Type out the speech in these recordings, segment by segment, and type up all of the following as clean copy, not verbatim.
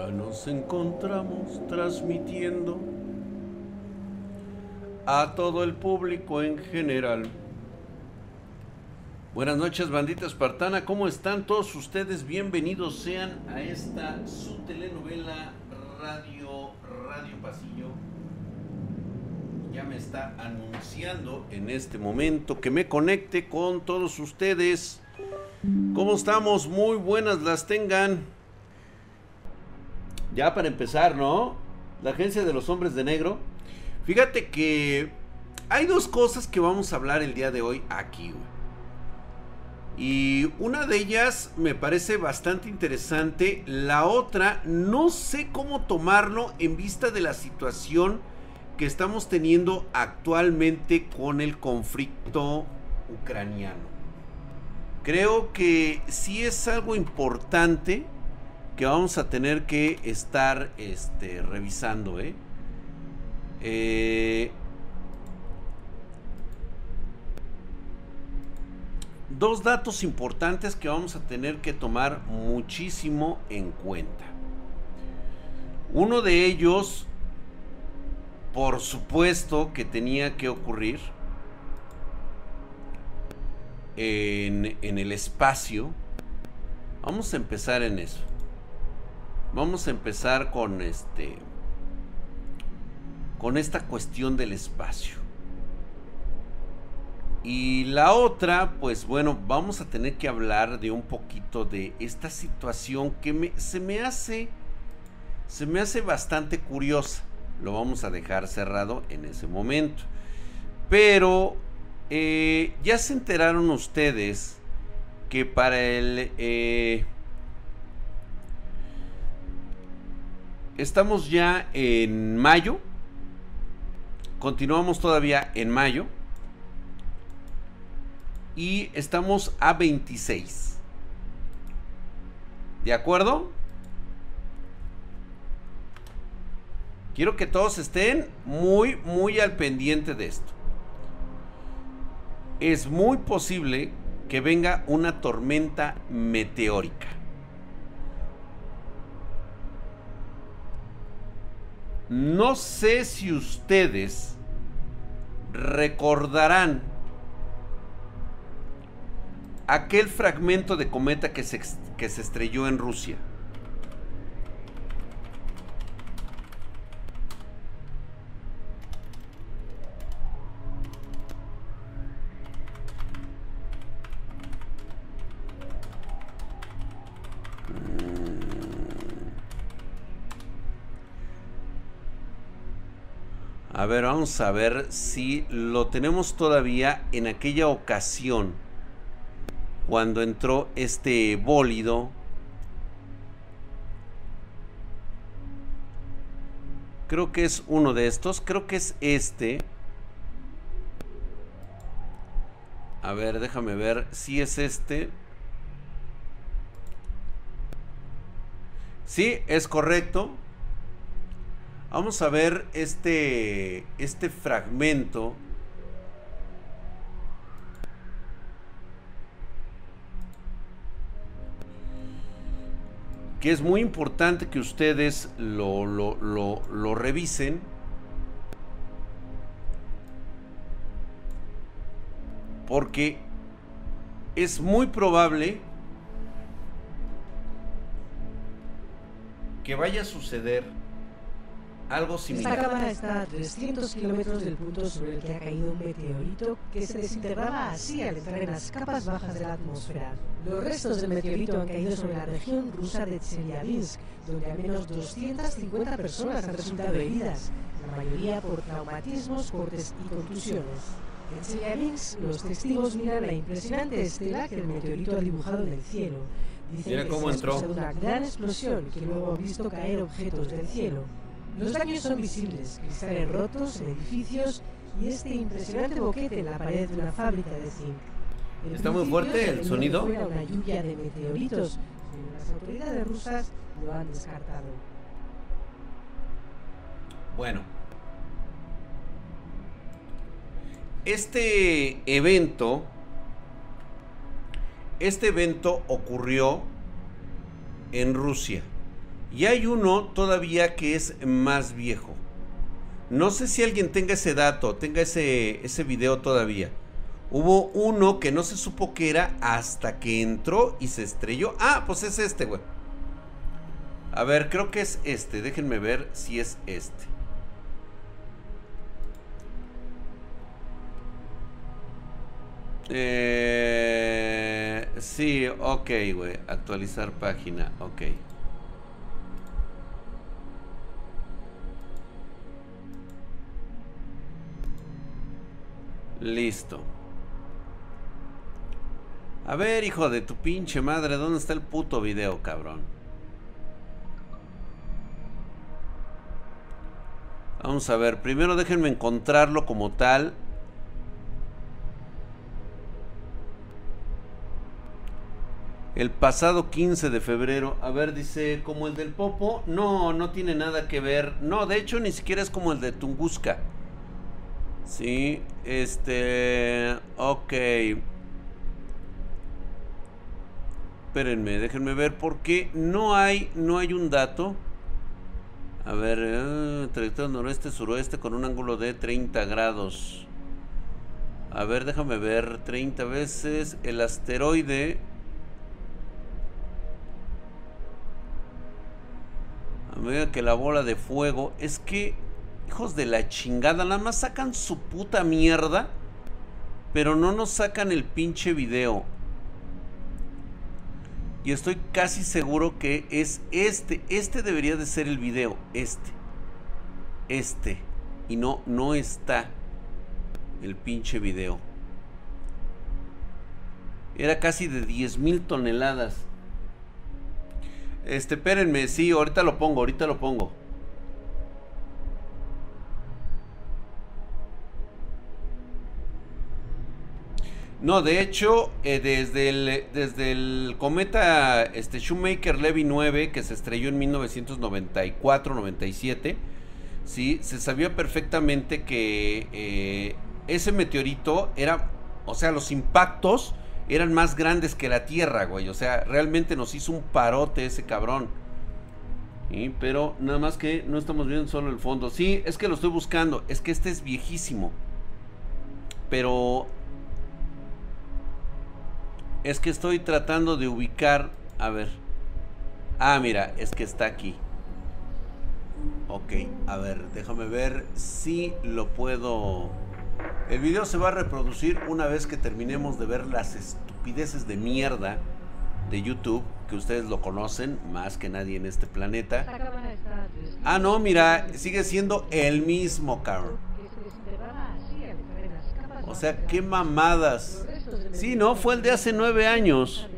Ya nos encontramos transmitiendo a todo el público en general. Buenas noches, bandita espartana, ¿cómo están todos ustedes? Bienvenidos sean a esta su telenovela Radio Pasillo. Ya me está anunciando en este momento que me conecte con todos ustedes. ¿Cómo estamos? Muy buenas las tengan. Ya para empezar, ¿no? La Agencia de los Hombres de Negro. Fíjate que hay dos cosas que vamos a hablar el día de hoy aquí, güey. Y una de ellas me parece bastante interesante. La otra, no sé cómo tomarlo en vista de la situación que estamos teniendo actualmente con el conflicto ucraniano. Creo que sí es algo importante que vamos a tener que estar revisando, dos datos importantes que vamos a tener que tomar muchísimo en cuenta. Uno de ellos, por supuesto que tenía que ocurrir en el espacio. Vamos a empezar en eso. Vamos a empezar con esta cuestión del espacio. Y la otra, pues bueno, vamos a tener que hablar de un poquito de esta situación que se me hace bastante curiosa. Lo vamos a dejar cerrado en ese momento. Pero ya se enteraron ustedes que para estamos ya en mayo. Continuamos todavía en mayo. Y estamos a 26. ¿De acuerdo? Quiero que todos estén muy al pendiente de esto. Es muy posible que venga una tormenta meteórica. No sé si ustedes recordarán aquel fragmento de cometa que se estrelló en Rusia. A ver, vamos a ver si lo tenemos todavía en aquella ocasión cuando entró este bólido. Creo que es uno de estos. Creo que es este. A ver, déjame ver si es este. Sí, es correcto. Vamos a ver este fragmento. Que es muy importante que ustedes lo revisen. Porque es muy probable que vaya a suceder algo similar. Esta cámara está a 300 kilómetros del punto sobre el que ha caído un meteorito que se desintegraba así al entrar en las capas bajas de la atmósfera. Los restos del meteorito han caído sobre la región rusa de Chelyabinsk, donde al menos 250 personas han resultado heridas, la mayoría por traumatismos, cortes y contusiones. En Chelyabinsk, los testigos miran la impresionante estela que el meteorito ha dibujado en el cielo. Dicen Mira que cómo se ha entró. escuchado una gran explosión que luego ha visto caer objetos del cielo. Los daños son visibles, cristales rotos en edificios y este impresionante boquete en la pared de una fábrica de zinc. ¿Está muy fuerte el sonido? Fuera una lluvia de meteoritos, pero las autoridades rusas lo han descartado. Bueno, este evento ocurrió en Rusia. Y hay uno todavía que es más viejo. No sé si alguien tenga ese dato, tenga ese video todavía. Hubo uno que no se supo qué era hasta que entró y se estrelló. Ah, pues es este, güey. A ver, creo que es este. Déjenme ver si es este. Sí, ok, güey. Actualizar página, ok. Listo. A ver, hijo de tu pinche madre, ¿dónde está el puto video, cabrón? Vamos a ver, primero déjenme encontrarlo como tal. El pasado 15 de febrero. A ver, dice, como el del Popo. No, no tiene nada que ver. No, de hecho ni siquiera es como el de Tunguska. Sí, ok. Espérenme, déjenme ver porque no hay un dato. A ver, trayectoria noroeste-suroeste con un ángulo de 30 grados. A ver, déjame ver, 30 veces el asteroide. A medida que la bola de fuego, es que, hijos de la chingada, nada más sacan su puta mierda, pero no nos sacan el pinche video. Y estoy casi seguro que es este. Este debería de ser el video. Este. Y no está el pinche video. Era casi de 10,000 toneladas. Espérenme, sí, ahorita lo pongo. No, de hecho, desde el cometa Shoemaker-Levy 9, que se estrelló en 1994-97, ¿sí? Se sabía perfectamente que ese meteorito era, o sea, los impactos eran más grandes que la Tierra, güey. O sea, realmente nos hizo un parote ese cabrón. ¿Sí? Pero nada más que no estamos viendo solo el fondo. Sí, es que lo estoy buscando. Es que este es viejísimo. Pero es que estoy tratando de ubicar. A ver. Ah, mira, es que está aquí. Ok, a ver, déjame ver si lo puedo. El video se va a reproducir una vez que terminemos de ver las estupideces de mierda de YouTube, que ustedes lo conocen más que nadie en este planeta. Ah, no, mira, sigue siendo el mismo, cabrón. O sea, qué mamadas. Sí, no, fue el de hace 9 años.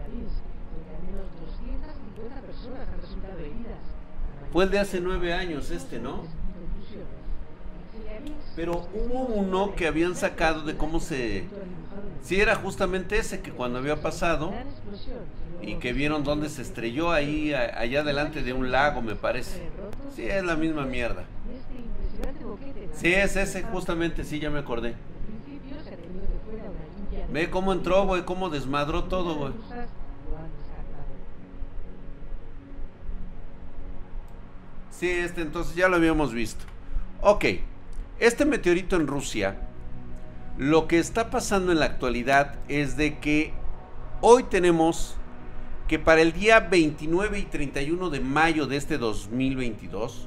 Fue el de hace 9 años ¿no? Pero hubo uno que habían sacado de cómo se... Sí, era justamente ese que cuando había pasado y que vieron dónde se estrelló ahí, allá delante de un lago, me parece. Sí, es la misma mierda. Sí, es ese justamente, sí, ya me acordé. Ve cómo entró, güey, cómo desmadró todo, güey. Sí, entonces ya lo habíamos visto. Ok, este meteorito en Rusia, lo que está pasando en la actualidad es de que hoy tenemos que para el día 29 y 31 de mayo de este 2022,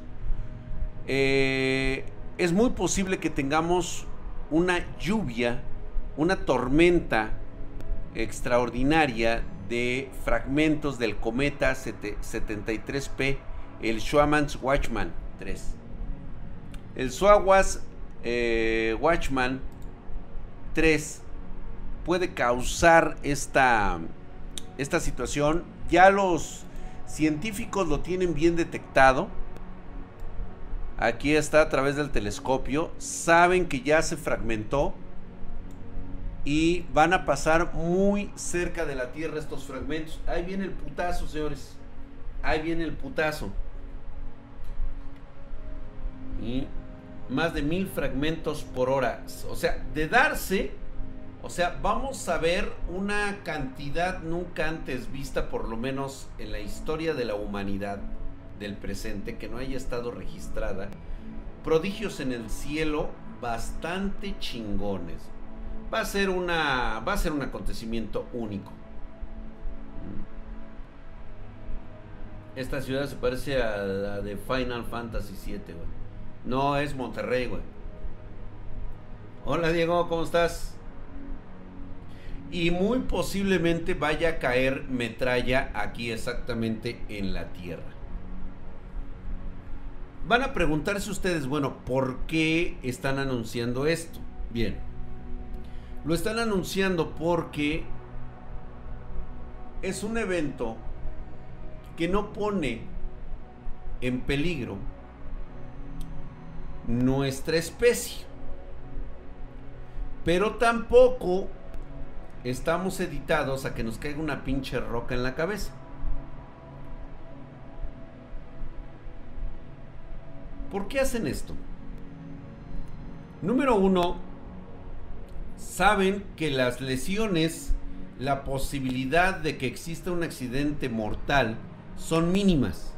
es muy posible que tengamos una lluvia, una tormenta extraordinaria de fragmentos del cometa 73P, el Schwamann-Waxman 3. El Schwamann-Waxman 3 puede causar esta situación. Ya los científicos lo tienen bien detectado. Aquí está a través del telescopio. Saben que ya se fragmentó y van a pasar muy cerca de la Tierra estos fragmentos. Ahí viene el putazo, señores. Ahí viene el putazo. Y más de 1000 fragmentos por hora. O sea, de darse, o sea, vamos a ver una cantidad nunca antes vista, por lo menos en la historia de la humanidad, del presente que no haya estado registrada. Prodigios en el cielo bastante chingones. Va a ser un acontecimiento único. Esta ciudad se parece a la de Final Fantasy VII, güey. No, es Monterrey, güey. Hola, Diego, ¿cómo estás? Y muy posiblemente vaya a caer metralla aquí exactamente en la tierra. Van a preguntarse ustedes, bueno, ¿por qué están anunciando esto? Bien, lo están anunciando porque es un evento que no pone en peligro nuestra especie, pero tampoco estamos editados a que nos caiga una pinche roca en la cabeza. ¿Por qué hacen esto? Número uno, saben que las lesiones, la posibilidad de que exista un accidente mortal son mínimas.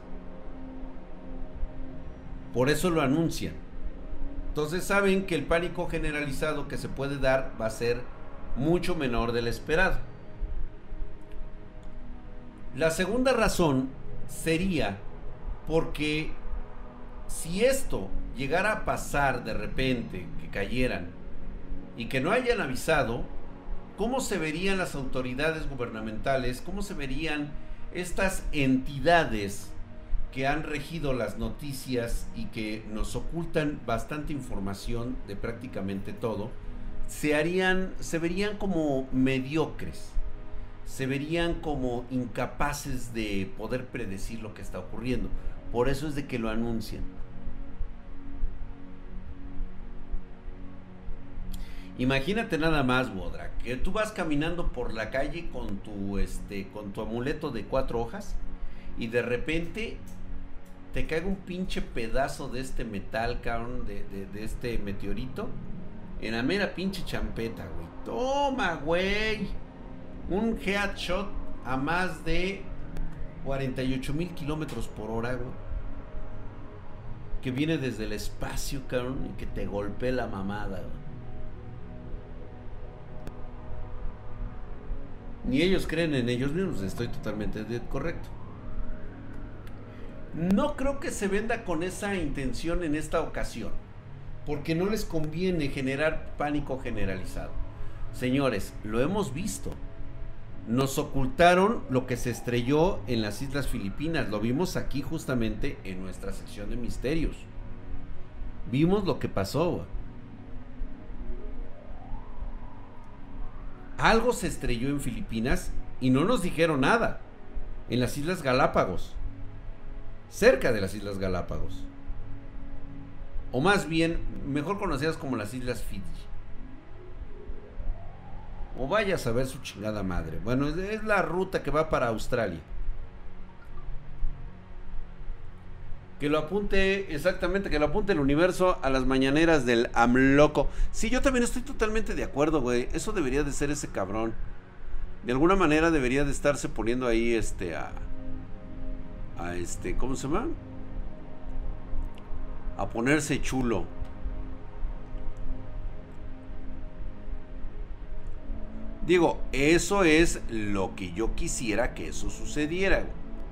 Por eso lo anuncian. Entonces saben que el pánico generalizado que se puede dar va a ser mucho menor del esperado. La segunda razón sería porque si esto llegara a pasar de repente, que cayeran y que no hayan avisado, ¿cómo se verían las autoridades gubernamentales? ¿Cómo se verían estas entidades que han regido las noticias y que nos ocultan bastante información de prácticamente todo? Se verían como mediocres, se verían como incapaces de poder predecir lo que está ocurriendo. Por eso es de que lo anuncian. Imagínate nada más, Bodra, que tú vas caminando por la calle con tu amuleto de 4 hojas y de repente te cae un pinche pedazo de este metal, cabrón, de este meteorito en la mera pinche champeta, güey. Toma, güey. Un headshot a más de 48,000 kilómetros por hora, güey. Que viene desde el espacio, cabrón, y que te golpea la mamada, güey. Ni ellos creen en ellos mismos, estoy totalmente correcto. No creo que se venda con esa intención en esta ocasión, porque no les conviene generar pánico generalizado. Señores, lo hemos visto. Nos ocultaron lo que se estrelló en las Islas Filipinas. Lo vimos aquí justamente en nuestra sección de misterios. Vimos lo que pasó. Algo se estrelló en Filipinas y no nos dijeron nada. En las Islas Galápagos. Cerca de las Islas Galápagos. O más bien, mejor conocidas como las Islas Fiji. O vaya a saber su chingada madre. Bueno, es la ruta que va para Australia. Que lo apunte, exactamente, que lo apunte el universo a las mañaneras del AMLoco. Sí, yo también estoy totalmente de acuerdo, güey. Eso debería de ser ese cabrón. De alguna manera debería de estarse poniendo ahí ¿cómo se llama? A ponerse chulo. Digo, eso es lo que yo quisiera que eso sucediera.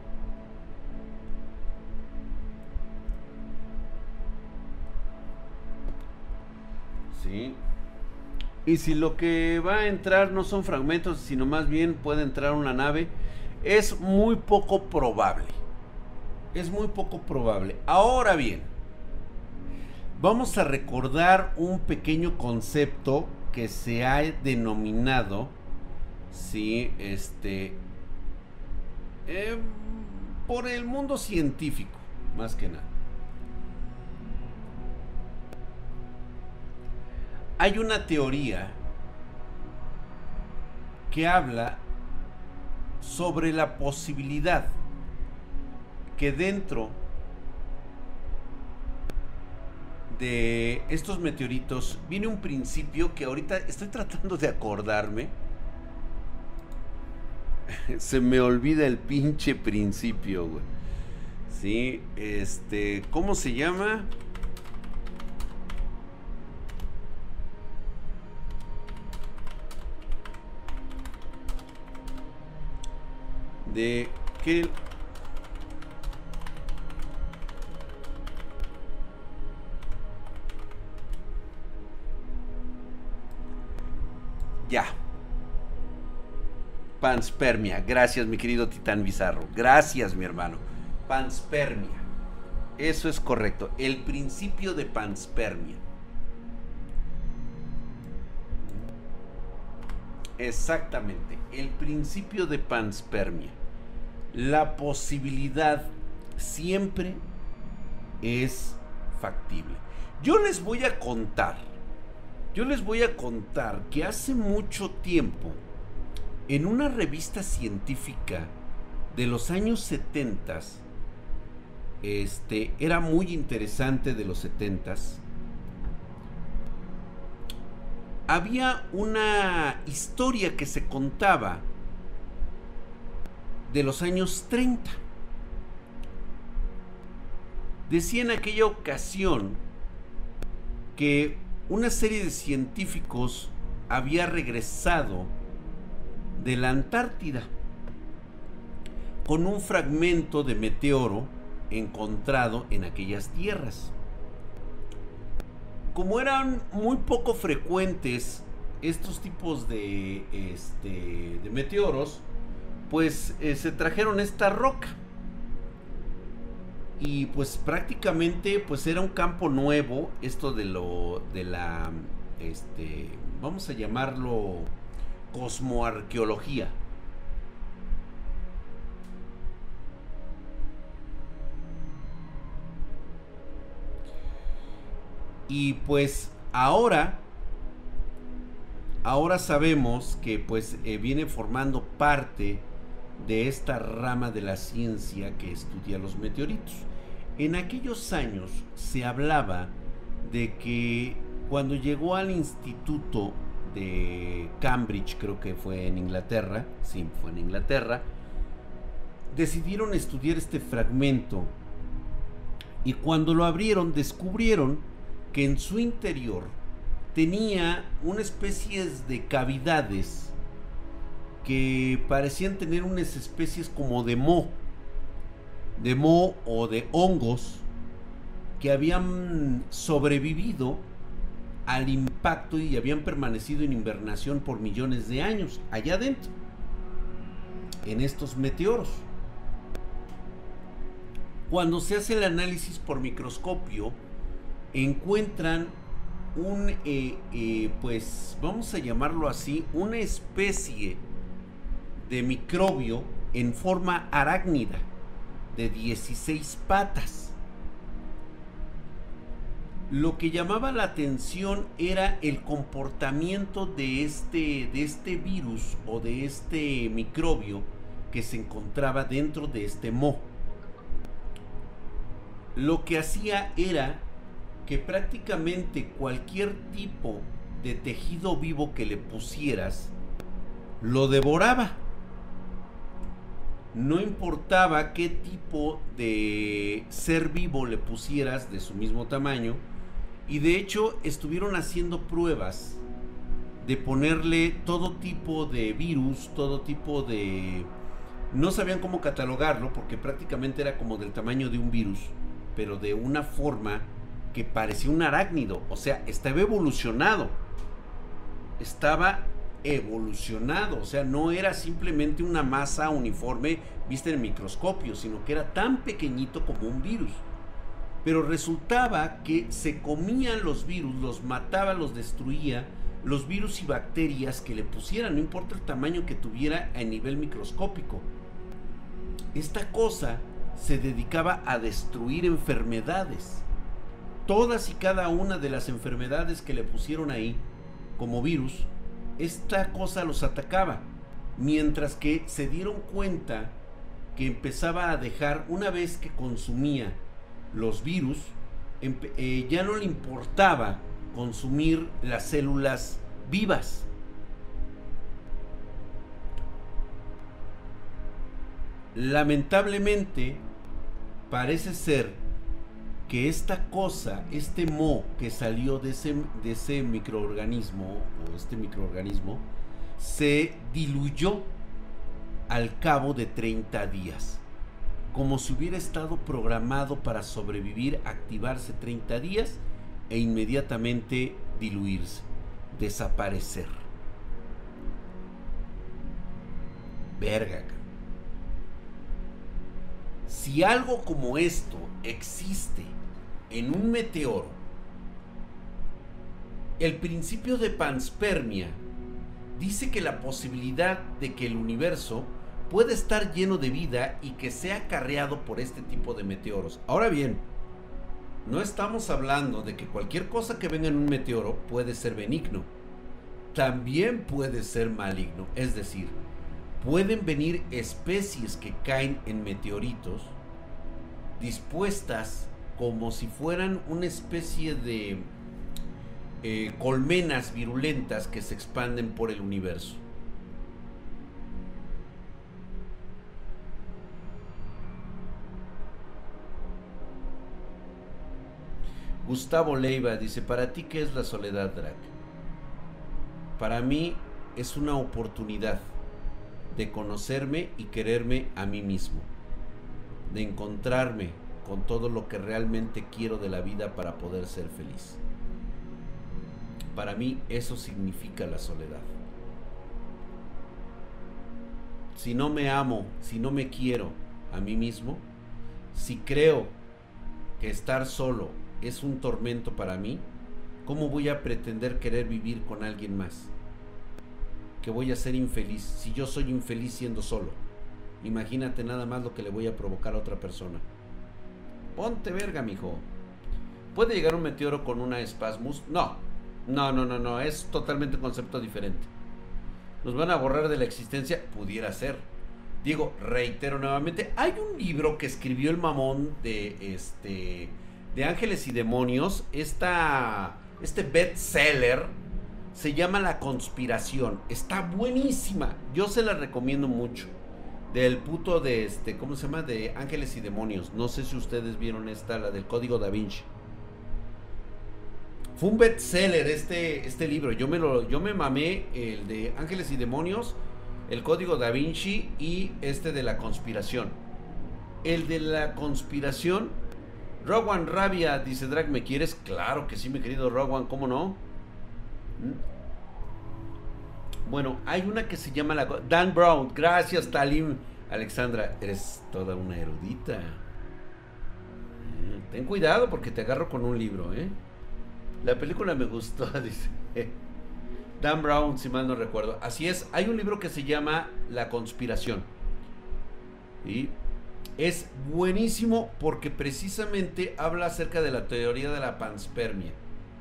Sí. Y si lo que va a entrar no son fragmentos, sino más bien puede entrar una nave, es muy poco probable. Es muy poco probable. Ahora bien, vamos a recordar un pequeño concepto que se ha denominado, sí, por el mundo científico, más que nada. Hay una teoría que habla sobre la posibilidad que dentro de estos meteoritos viene un principio que ahorita estoy tratando de acordarme. Se me olvida el pinche principio, güey. Sí, ¿cómo se llama? De qué. Ya. Panspermia. Gracias, mi querido Titán Bizarro. Gracias, mi hermano. Panspermia. Eso es correcto. El principio de panspermia. Exactamente. El principio de panspermia. La posibilidad siempre es factible. Yo les voy a contar que hace mucho tiempo, en una revista científica de los años 70, era muy interesante, de los 70, había una historia que se contaba de los años 30. Decía en aquella ocasión que una serie de científicos había regresado de la Antártida con un fragmento de meteoro encontrado en aquellas tierras. Como eran muy poco frecuentes estos tipos de meteoros, pues se trajeron esta roca. Y pues prácticamente pues era un campo nuevo esto de la vamos a llamarlo cosmoarqueología. Y pues ahora sabemos que pues viene formando parte de esta rama de la ciencia que estudia los meteoritos. En aquellos años se hablaba de que cuando llegó al instituto de Cambridge, creo que fue en Inglaterra, sí, fue en Inglaterra, decidieron estudiar este fragmento, y cuando lo abrieron descubrieron que en su interior tenía una especie de cavidades que parecían tener unas especies como de moho o de hongos que habían sobrevivido al impacto y habían permanecido en hibernación por millones de años allá adentro, en estos meteoros. Cuando se hace el análisis por microscopio, encuentran pues vamos a llamarlo así, una especie de microbio en forma arácnida de 16 patas. Lo que llamaba la atención era el comportamiento de este virus o de este microbio que se encontraba dentro de este moho. Lo que hacía era que prácticamente cualquier tipo de tejido vivo que le pusieras lo devoraba. No importaba qué tipo de ser vivo le pusieras de su mismo tamaño. Y de hecho estuvieron haciendo pruebas de ponerle todo tipo de virus, todo tipo de... No sabían cómo catalogarlo porque prácticamente era como del tamaño de un virus, pero de una forma que parecía un arácnido. O sea, estaba evolucionado. O sea, no era simplemente una masa uniforme vista en el microscopio, sino que era tan pequeñito como un virus. Pero resultaba que se comían los virus, los mataba, los destruía, los virus y bacterias que le pusieran, no importa el tamaño que tuviera a nivel microscópico. Esta cosa se dedicaba a destruir enfermedades. Todas y cada una de las enfermedades que le pusieron ahí como virus, esta cosa los atacaba, mientras que se dieron cuenta que empezaba a dejar, una vez que consumía los virus, ya no le importaba consumir las células vivas. Lamentablemente, parece ser que esta cosa, este moho que salió de ese microorganismo, o este microorganismo, se diluyó al cabo de 30 días. Como si hubiera estado programado para sobrevivir, activarse 30 días e inmediatamente diluirse, desaparecer. Verga. Si algo como esto existe en un meteoro, el principio de panspermia dice que la posibilidad de que el universo puede estar lleno de vida y que sea acarreado por este tipo de meteoros. Ahora bien, no estamos hablando de que cualquier cosa que venga en un meteoro puede ser benigno. También puede ser maligno. Es decir, pueden venir especies que caen en meteoritos dispuestas como si fueran una especie de colmenas virulentas que se expanden por el universo. Gustavo Leiva dice: ¿para ti qué es la soledad, Drac? Para mí es una oportunidad de conocerme y quererme a mí mismo, de encontrarme con todo lo que realmente quiero de la vida para poder ser feliz. Para mí eso significa la soledad. Si no me amo, si no me quiero a mí mismo, si creo que estar solo es un tormento para mí, ¿cómo voy a pretender querer vivir con alguien más? Que voy a ser infeliz si yo soy infeliz siendo solo. Imagínate nada más lo que le voy a provocar a otra persona. Ponte verga, mijo. ¿Puede llegar un meteoro con una espasmus? No, es totalmente un concepto diferente. ¿Nos van a borrar de la existencia? Pudiera ser. Digo, reitero nuevamente, hay un libro que escribió el mamón de Ángeles y Demonios. Este bestseller se llama La Conspiración. Está buenísima. Yo se la recomiendo mucho. Del puto de ¿cómo se llama? De Ángeles y Demonios. No sé si ustedes vieron esta, la del Código Da Vinci. Fue un bestseller este libro. Yo me mamé el de Ángeles y Demonios, el Código Da Vinci y de La Conspiración. El de La Conspiración, Rowan Rabia dice: Drag, ¿me quieres? Claro que sí, mi querido Rowan, ¿cómo no? Bueno, hay una que se llama Dan Brown. Gracias, Talim. Alexandra, eres toda una erudita. Ten cuidado porque te agarro con un libro, ¿eh? La película me gustó, dice Dan Brown, si mal no recuerdo. Así es, hay un libro que se llama La Conspiración. Y es buenísimo porque precisamente habla acerca de la teoría de la panspermia.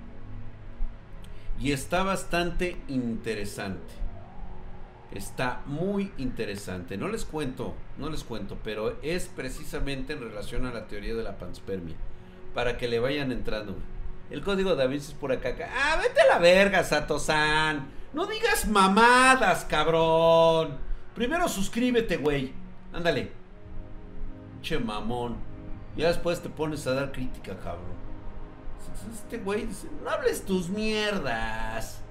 Y está bastante interesante. Está muy interesante. No les cuento, pero es precisamente en relación a la teoría de la panspermia. Para que le vayan entrando. El Código Da Vinci es por acá. Ah, vete a la verga, Sato-san. No digas mamadas, cabrón. Primero suscríbete, güey. Ándale. Che mamón. Ya después te pones a dar crítica, cabrón. Este güey dice: no hables tus mierdas.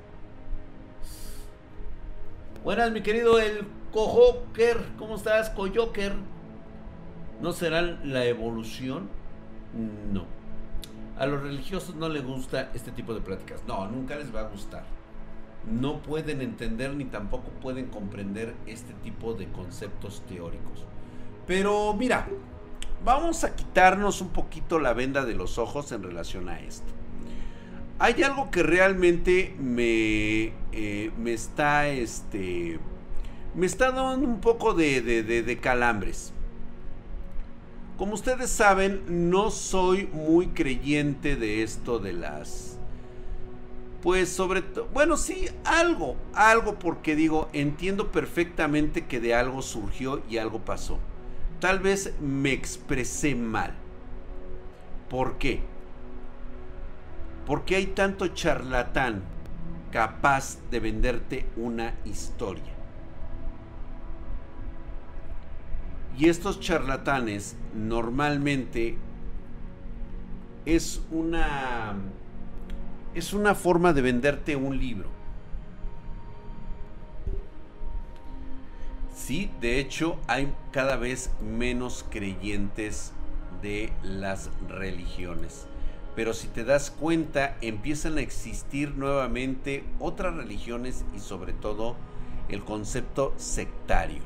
Buenas, mi querido el Cojoker. ¿Cómo estás, Coyoker? ¿No serán la evolución? No. A los religiosos no les gusta este tipo de pláticas. No, nunca les va a gustar. No pueden entender ni tampoco pueden comprender este tipo de conceptos teóricos. Pero mira, vamos a quitarnos un poquito la venda de los ojos en relación a esto. Hay algo que realmente me está dando un poco de calambres. Como ustedes saben, no soy muy creyente de esto de las... Pues sobre todo... Bueno, sí, algo, porque digo, entiendo perfectamente que de algo surgió y algo pasó. Tal vez me expresé mal. ¿Por qué? Porque hay tanto charlatán capaz de venderte una historia. Y estos charlatanes normalmente es una forma de venderte un libro. Sí, de hecho hay cada vez menos creyentes de las religiones. Pero si te das cuenta, empiezan a existir nuevamente otras religiones y sobre todo el concepto sectario.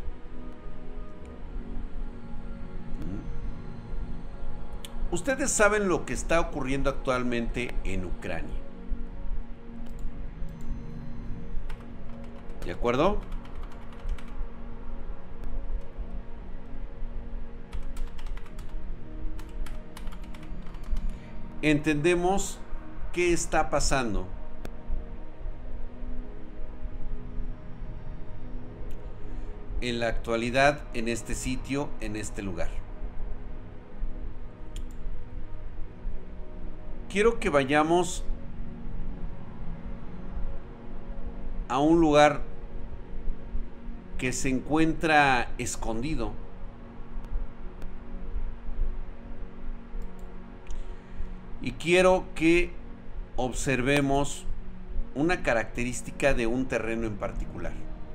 Ustedes saben lo que está ocurriendo actualmente en Ucrania. ¿De acuerdo? Entendemos qué está pasando. En la actualidad, en este sitio, en este lugar. Quiero que vayamos a un lugar que se encuentra escondido. Y quiero que observemos una característica de un terreno en particular.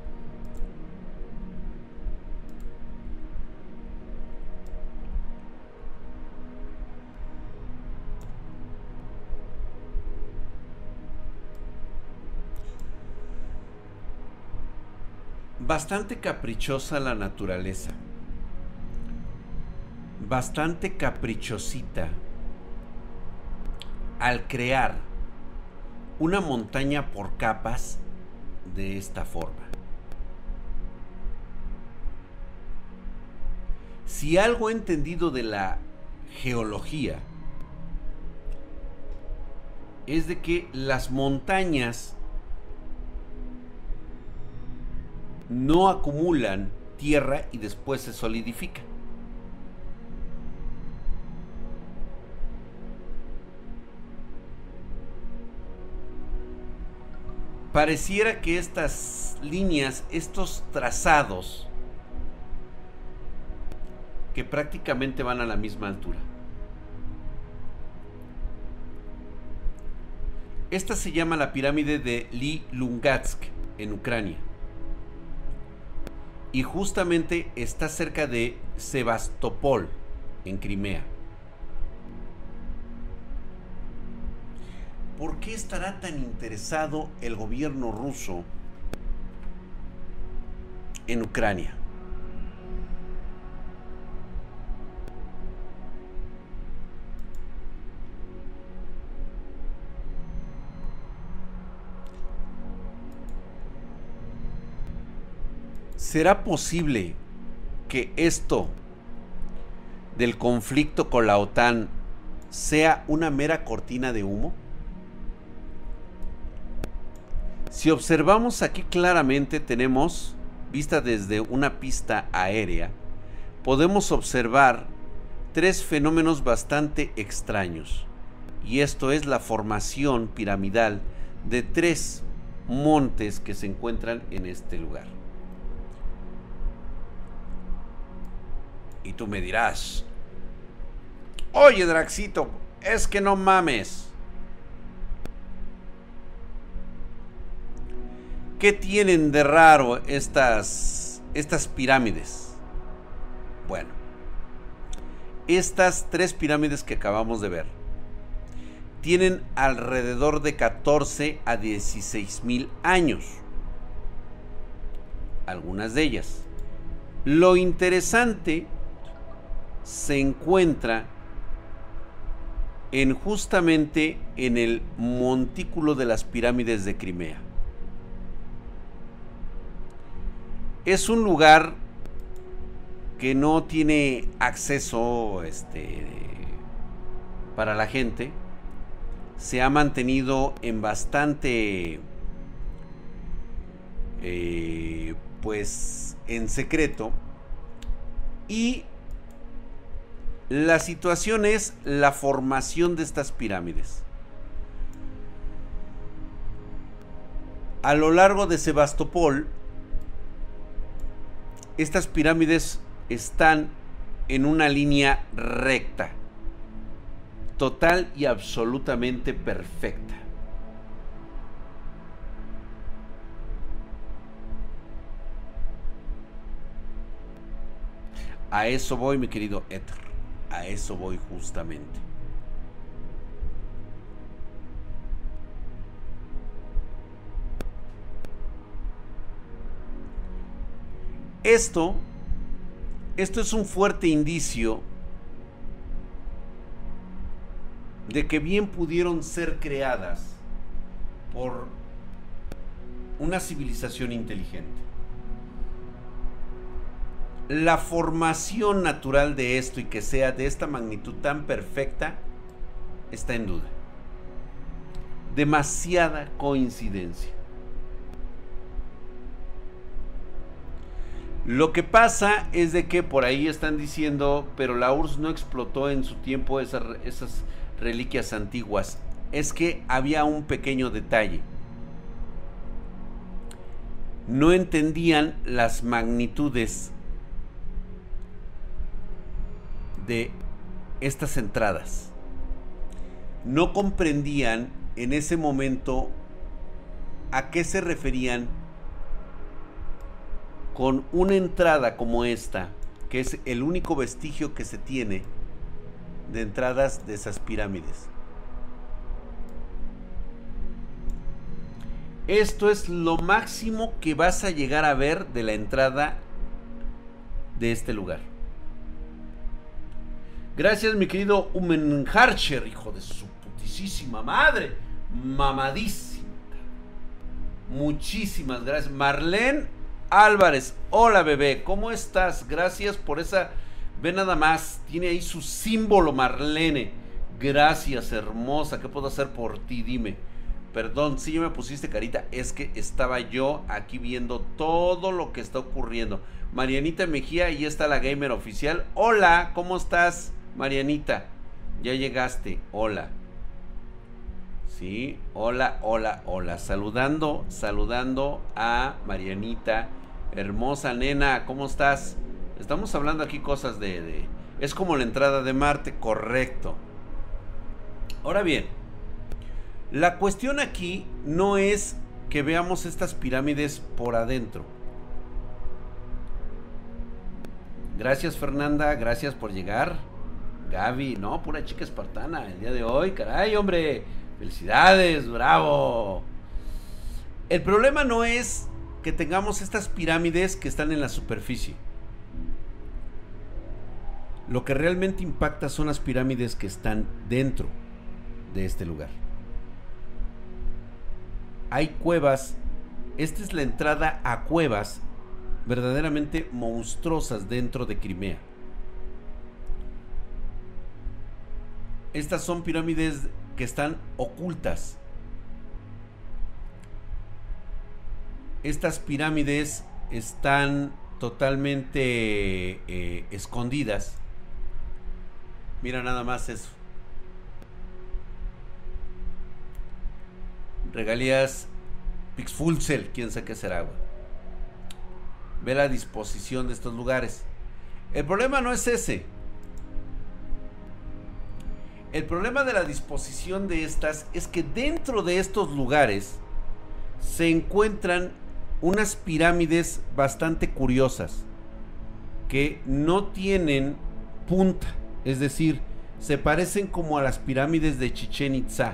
Bastante caprichosa la naturaleza. Bastante caprichosita. Al crear una montaña por capas de esta forma. Si algo he entendido de la geología es de que las montañas no acumulan tierra y después se solidifican. Pareciera que estas líneas, estos trazados, que prácticamente van a la misma altura. Esta se llama la pirámide de Lee-Lungatsk en Ucrania. Y justamente está cerca de Sebastopol en Crimea. ¿Por qué estará tan interesado el gobierno ruso en Ucrania? ¿Será posible que esto del conflicto con la OTAN sea una mera cortina de humo? Si observamos aquí claramente, tenemos, vista desde una pista aérea, podemos observar tres fenómenos bastante extraños. Y esto es la formación piramidal de tres montes que se encuentran en este lugar. Y tú me dirás, oye Draxito, es que no mames. ¿Qué tienen de raro estas pirámides? Bueno, estas tres pirámides que acabamos de ver tienen alrededor de 14 a 16 mil años. Algunas de ellas. Lo interesante se encuentra justamente en el montículo de las pirámides de Crimea. Es un lugar que no tiene acceso para la gente. Se ha mantenido en bastante pues en secreto. Y la situación es la formación de estas pirámides. A lo largo de Sebastopol, estas pirámides están en una línea recta, total y absolutamente perfecta. A eso voy, mi querido Éter. A eso voy justamente. Esto es un fuerte indicio de que bien pudieron ser creadas por una civilización inteligente. La formación natural de esto y que sea de esta magnitud tan perfecta está en duda. Demasiada coincidencia. Lo que pasa es de que por ahí están diciendo, pero la URSS no explotó en su tiempo esas reliquias antiguas. Es que había un pequeño detalle. No entendían las magnitudes de estas entradas. No comprendían en ese momento a qué se referían con una entrada como esta, que es el único vestigio que se tiene de entradas de esas pirámides. Esto es lo máximo que vas a llegar a ver de la entrada de este lugar. Gracias, mi querido Umenharcher, hijo de su putísima madre. Mamadísima. Muchísimas gracias. Marlene Álvarez, hola bebé, ¿cómo estás? Gracias por esa, ve nada más, tiene ahí su símbolo Marlene. Gracias, hermosa, ¿qué puedo hacer por ti? Dime. Perdón, si ya me pusiste carita, es que estaba yo aquí viendo todo lo que está ocurriendo. Marianita Mejía, ahí está la gamer oficial. Hola, ¿cómo estás, Marianita? Ya llegaste, hola. Sí, hola, hola, hola. Saludando a Marianita. Hermosa nena, ¿cómo estás? Estamos hablando aquí cosas es como la entrada de Marte, correcto. Ahora bien, la cuestión aquí no es que veamos estas pirámides por adentro. Gracias, Fernanda, gracias por llegar. Gaby, no, pura chica espartana el día de hoy, caray, hombre. Felicidades, bravo. El problema no es que tengamos estas pirámides que están en la superficie. Lo que realmente impacta son las pirámides que están dentro de este lugar. Hay cuevas. Esta es la entrada a cuevas verdaderamente monstruosas dentro de Crimea. Estas son pirámides que están ocultas. Estas pirámides están totalmente escondidas. Mira nada más eso. Regalías Pixfulcel, quién sabe qué será, güey. Ve la disposición de estos lugares. El problema no es ese. El problema de la disposición de estas es que dentro de estos lugares se encuentran unas pirámides bastante curiosas que no tienen punta, es decir, se parecen como a las pirámides de Chichén Itzá.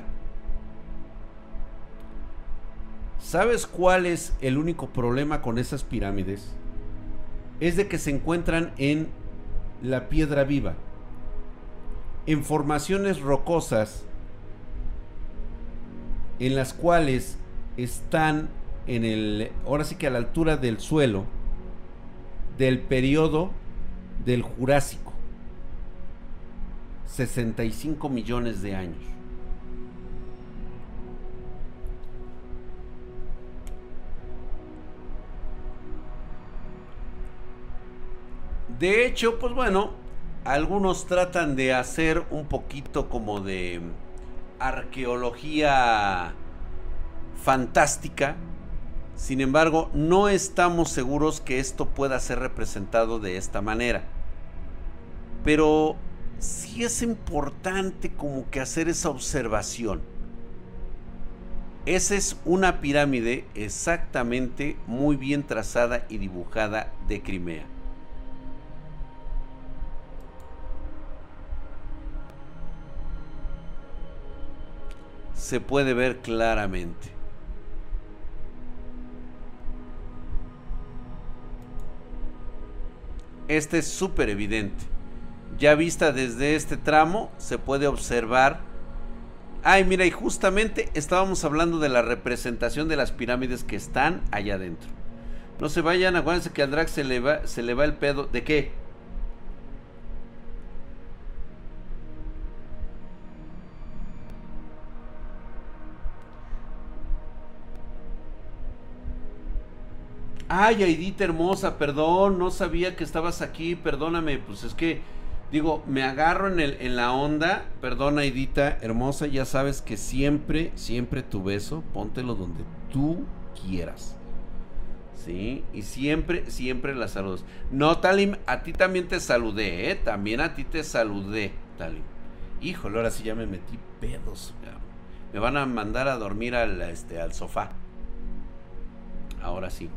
¿Sabes cuál es el único problema con esas pirámides? Es de que se encuentran en la piedra viva, en formaciones rocosas en las cuales están ahora sí que a la altura del suelo del periodo del Jurásico, 65 millones de años. De hecho, pues bueno, algunos tratan de hacer un poquito como de arqueología fantástica Sin embargo, no estamos seguros que esto pueda ser representado de esta manera. Pero sí es importante como que hacer esa observación. Esa es una pirámide exactamente muy bien trazada y dibujada de Crimea. Se puede ver claramente. Este es súper evidente. Ya vista desde este tramo, se puede observar. Ay, mira, y justamente estábamos hablando de la representación de las pirámides que están allá adentro. No se vayan, acuérdense que al drag se le va el pedo. ¿De qué? Ay, Aidita hermosa, perdón, no sabía que estabas aquí, perdóname, pues es que, digo, me agarro en la onda, perdón Aidita hermosa, ya sabes que siempre tu beso, póntelo donde tú quieras, ¿sí? Y siempre la saludas. No, Talim, a ti también te saludé, también a ti te saludé, Talim. Híjole, ahora sí ya me metí pedos, me van a mandar a dormir al sofá, ahora sí.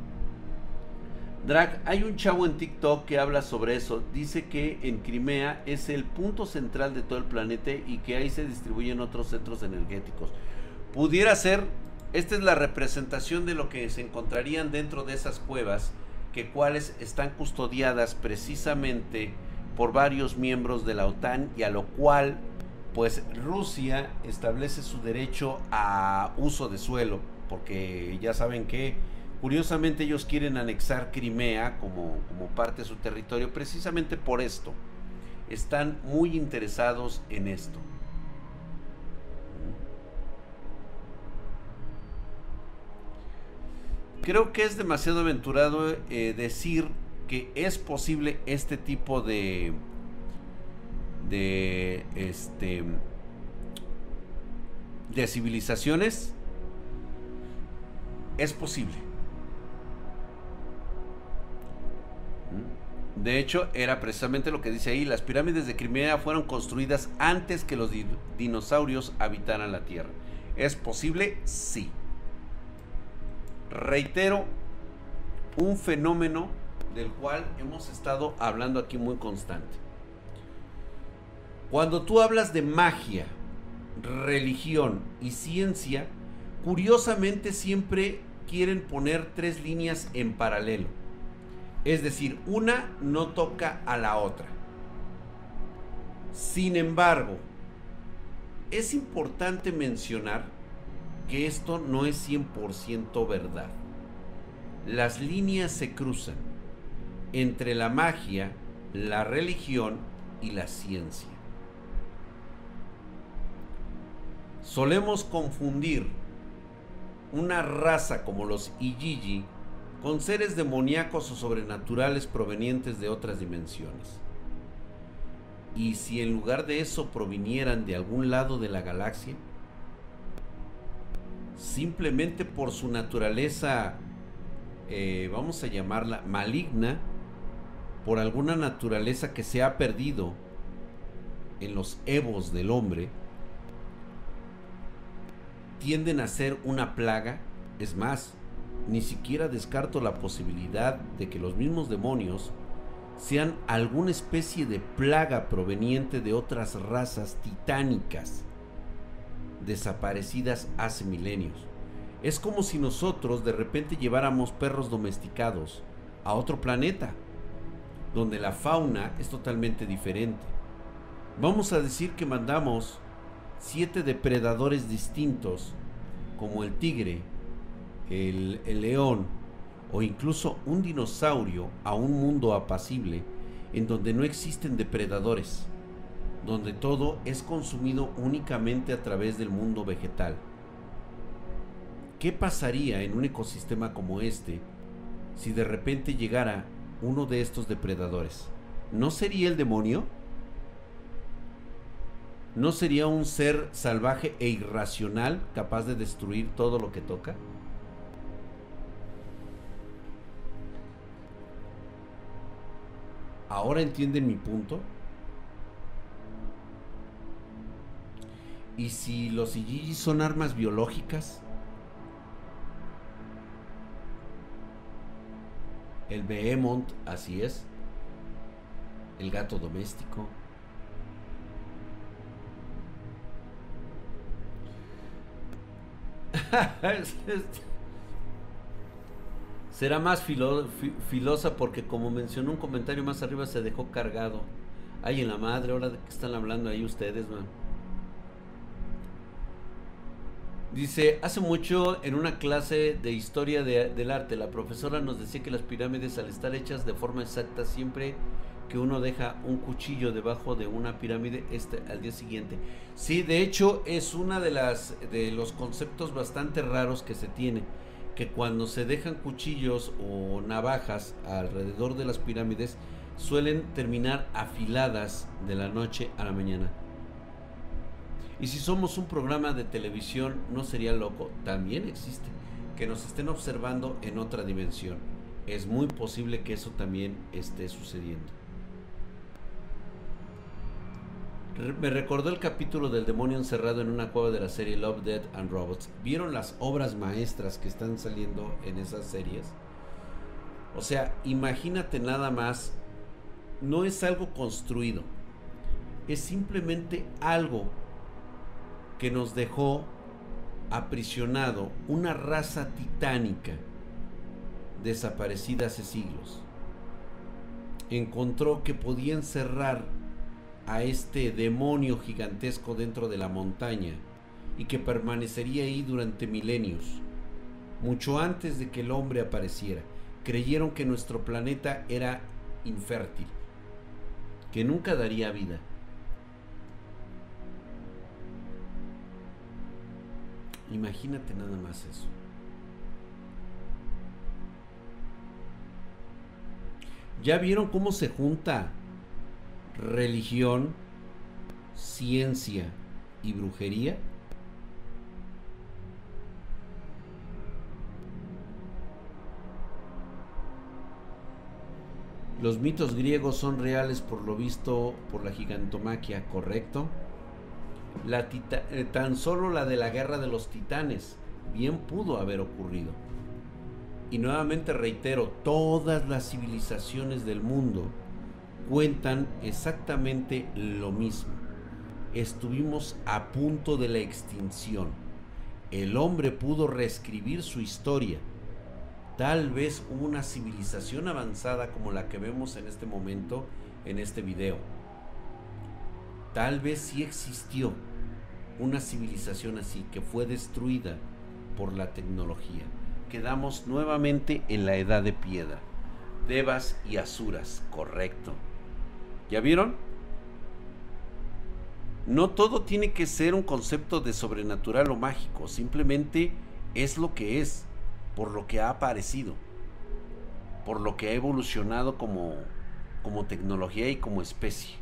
Drag, hay un chavo en TikTok que habla sobre eso. Dice que en Crimea es el punto central de todo el planeta y que ahí se distribuyen otros centros energéticos. Pudiera ser, esta es la representación de lo que se encontrarían dentro de esas cuevas, que cuales están custodiadas precisamente por varios miembros de la OTAN, y a lo cual pues Rusia establece su derecho a uso de suelo, porque ya saben que curiosamente ellos quieren anexar Crimea como parte de su territorio, precisamente por esto. Están muy interesados en esto. Creo que es demasiado aventurado decir que es posible este tipo de civilizaciones. Es posible. De hecho, era precisamente lo que dice ahí: las pirámides de Crimea fueron construidas antes que los dinosaurios habitaran la Tierra. ¿Es posible? Sí. Reitero, un fenómeno del cual hemos estado hablando aquí muy constante. Cuando tú hablas de magia, religión y ciencia, curiosamente siempre quieren poner tres líneas en paralelo. Es decir, una no toca a la otra. Sin embargo, es importante mencionar que esto no es 100% verdad. Las líneas se cruzan entre la magia, la religión y la ciencia. Solemos confundir una raza como los Igigi con seres demoníacos o sobrenaturales provenientes de otras dimensiones. ¿Y si en lugar de eso provinieran de algún lado de la galaxia? Simplemente por su naturaleza, vamos a llamarla maligna, por alguna naturaleza que se ha perdido en los evos del hombre, tienden a ser una plaga. Es más, ni siquiera descarto la posibilidad de que los mismos demonios sean alguna especie de plaga proveniente de otras razas titánicas desaparecidas hace milenios. Es como si nosotros de repente lleváramos perros domesticados a otro planeta, donde la fauna es totalmente diferente. Vamos a decir que mandamos 7 depredadores distintos, como el tigre, el león o incluso un dinosaurio, a un mundo apacible en donde no existen depredadores, donde todo es consumido únicamente a través del mundo vegetal. ¿Qué pasaría en un ecosistema como este si de repente llegara uno de estos depredadores? ¿No sería el demonio? ¿No sería un ser salvaje e irracional capaz de destruir todo lo que toca? ¿Ahora entienden mi punto? ¿Y si los Igigi son armas biológicas? El Behemoth, así es. El gato doméstico. Será más filosa porque, como mencionó un comentario más arriba, se dejó cargado. Ay, en la madre, ahora de qué están hablando ahí ustedes, man. Dice, hace mucho en una clase de historia del arte, la profesora nos decía que las pirámides, al estar hechas de forma exacta, siempre que uno deja un cuchillo debajo de una pirámide, al día siguiente. Sí, de hecho es una de los conceptos bastante raros que se tiene, que cuando se dejan cuchillos o navajas alrededor de las pirámides, suelen terminar afiladas de la noche a la mañana. Y si somos un programa de televisión, ¿no sería loco? También existe que nos estén observando en otra dimensión. Es muy posible que eso también esté sucediendo. Me recordó el capítulo del demonio encerrado en una cueva de la serie Love, Death and Robots. ¿Vieron las obras maestras que están saliendo en esas series? O sea, imagínate nada más. No es algo construido. Es simplemente algo que nos dejó aprisionado una raza titánica desaparecida hace siglos. Encontró que podía encerrar a este demonio gigantesco dentro de la montaña y que permanecería ahí durante milenios, mucho antes de que el hombre apareciera. Creyeron que nuestro planeta era infértil, que nunca daría vida. Imagínate nada más eso. ¿Ya vieron cómo se junta religión, ciencia y brujería? Los mitos griegos son reales por lo visto por la gigantomaquia, ¿correcto? Tan solo la de la guerra de los titanes bien pudo haber ocurrido. Y nuevamente reitero, todas las civilizaciones del mundo cuentan exactamente lo mismo. Estuvimos a punto de la extinción. El hombre pudo reescribir su historia. Tal vez hubo una civilización avanzada como la que vemos en este momento, en este video. Tal vez sí existió una civilización así que fue destruida por la tecnología. Quedamos nuevamente en la edad de piedra. Devas y asuras, correcto. ¿Ya vieron? No todo tiene que ser un concepto de sobrenatural o mágico, simplemente es lo que es, por lo que ha aparecido, por lo que ha evolucionado como tecnología y como especie.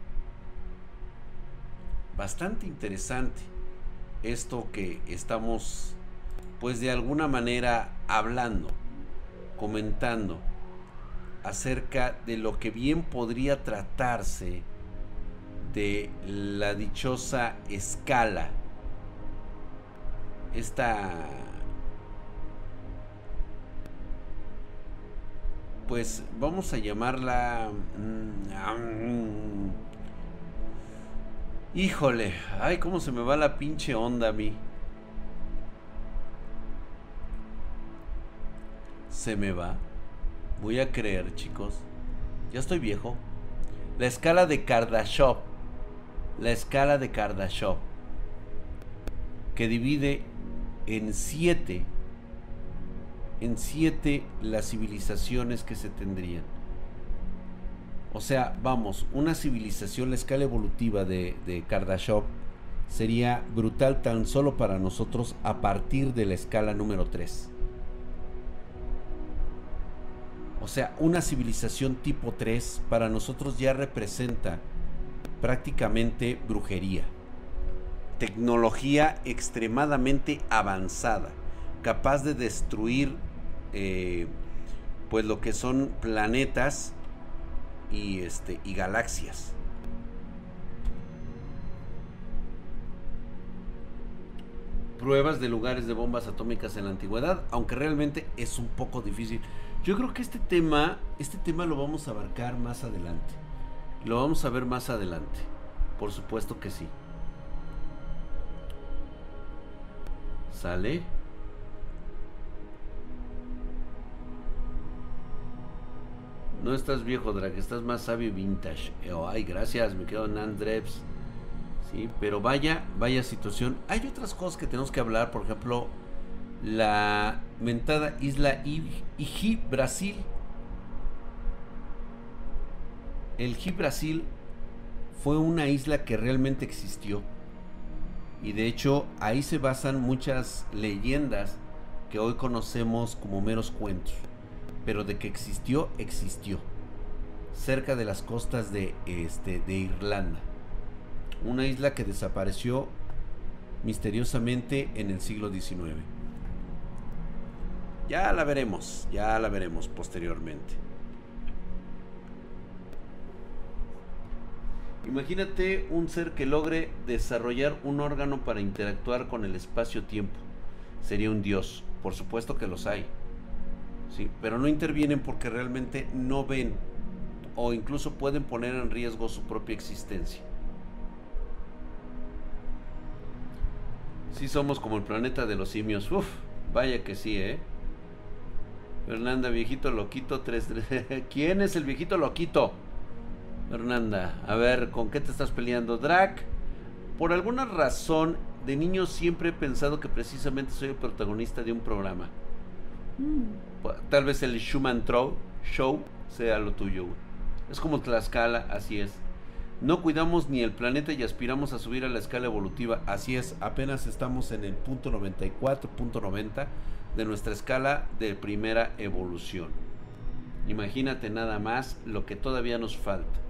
Bastante interesante esto que estamos, pues de alguna manera hablando, comentando acerca de lo que bien podría tratarse de la dichosa escala, pues vamos a llamarla híjole, ay, cómo se me va la pinche onda a mí. Se me va. Voy a creer, chicos. Ya estoy viejo. La escala de Kardashev. La escala de Kardashev, que divide en 7 las civilizaciones que se tendrían. O sea, vamos, una civilización, la escala evolutiva de Kardashev sería brutal tan solo para nosotros a partir de la escala número 3. O sea, una civilización tipo 3 para nosotros ya representa prácticamente brujería. Tecnología extremadamente avanzada, capaz de destruir pues lo que son planetas y galaxias. Pruebas de lugares de bombas atómicas en la antigüedad, aunque realmente es un poco difícil. Yo creo que este tema lo vamos a abarcar más adelante. Lo vamos a ver más adelante. Por supuesto que sí. ¿Sale? No estás viejo, Drag, estás más sabio y vintage. Ay, gracias, me quedo Nandreps. Sí, pero vaya situación. Hay otras cosas que tenemos que hablar, por ejemplo, la mentada isla Iji Brasil. El Iji Brasil fue una isla que realmente existió. Y de hecho, ahí se basan muchas leyendas que hoy conocemos como meros cuentos. Pero de que existió, existió. Cerca de las costas de Irlanda. Una isla que desapareció misteriosamente en el siglo XIX. Ya la veremos posteriormente. Imagínate un ser que logre desarrollar un órgano para interactuar con el espacio-tiempo. Sería un dios. Por supuesto que los hay. Sí, pero no intervienen porque realmente no ven o incluso pueden poner en riesgo su propia existencia. Sí somos como el planeta de los simios. Uf, vaya que sí, Fernanda, viejito loquito 3. ¿Quién es el viejito loquito? Fernanda, a ver, ¿con qué te estás peleando? Drag, por alguna razón de niño siempre he pensado que precisamente soy el protagonista de un programa. Tal vez el Schumann Show sea lo tuyo. Es como Tlaxcala, así es. No cuidamos ni el planeta y aspiramos a subir a la escala evolutiva. Así es, apenas estamos en el punto 94, punto 90 de nuestra escala de primera evolución. Imagínate nada más lo que todavía nos falta.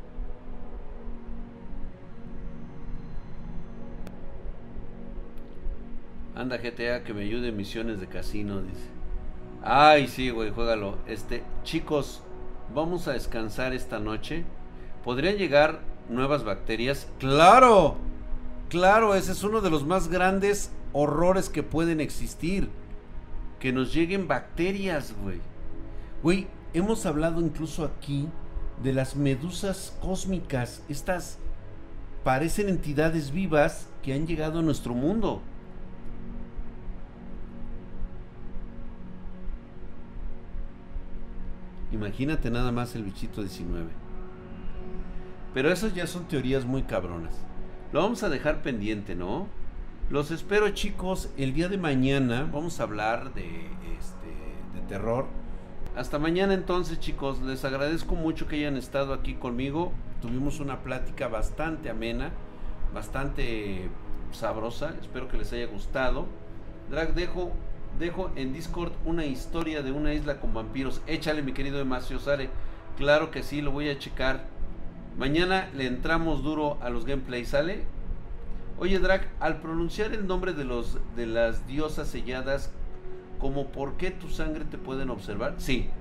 Anda GTA que me ayude en misiones de casino, dice. Ay, sí, güey, juégalo. Chicos, vamos a descansar esta noche. ¿Podrían llegar nuevas bacterias? ¡Claro! Claro, ese es uno de los más grandes horrores que pueden existir. Que nos lleguen bacterias, güey. Güey, hemos hablado incluso aquí de las medusas cósmicas. Estas parecen entidades vivas que han llegado a nuestro mundo. Imagínate nada más el bichito 19. Pero esas ya son teorías muy cabronas. Lo vamos a dejar pendiente, ¿no? Los espero, chicos, el día de mañana. Vamos a hablar de terror. Hasta mañana entonces, chicos. Les agradezco mucho que hayan estado aquí conmigo. Tuvimos una plática bastante amena, bastante sabrosa. Espero que les haya gustado. Drag, dejo en Discord una historia de una isla con vampiros. Échale, mi querido Demasio Sare. Claro que sí, lo voy a checar. Mañana le entramos duro a los gameplays, ¿sale? Oye, Drag, al pronunciar el nombre de las diosas selladas, ¿como por qué tu sangre te pueden observar? Sí.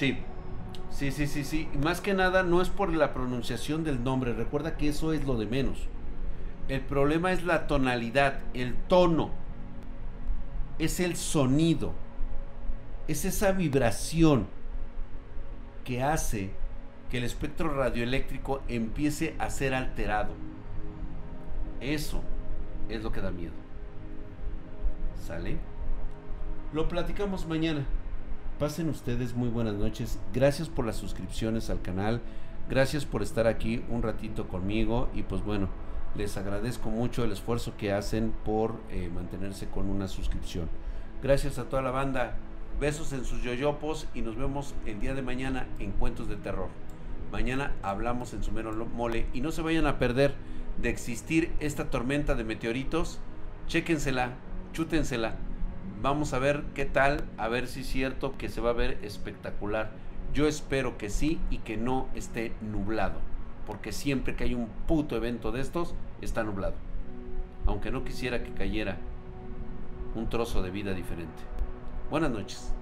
Y más que nada no es por la pronunciación del nombre. Recuerda que eso es lo de menos. El problema es la tonalidad, el tono. Es el sonido. Es esa vibración que hace que el espectro radioeléctrico empiece a ser alterado. Eso es lo que da miedo. ¿Sale? Lo platicamos mañana. Pasen ustedes muy buenas noches. Gracias por las suscripciones al canal. Gracias por estar aquí un ratito conmigo. Y pues bueno, les agradezco mucho el esfuerzo que hacen por mantenerse con una suscripción. Gracias a toda la banda. Besos en sus yoyopos y nos vemos el día de mañana en Cuentos de Terror. Mañana hablamos en su mero mole y no se vayan a perder de existir esta tormenta de meteoritos. Chéquensela, chútensela. Vamos a ver qué tal, a ver si es cierto que se va a ver espectacular. Yo espero que sí y que no esté nublado, porque siempre que hay un puto evento de estos está nublado. Aunque no quisiera que cayera un trozo de vida diferente. Buenas noches.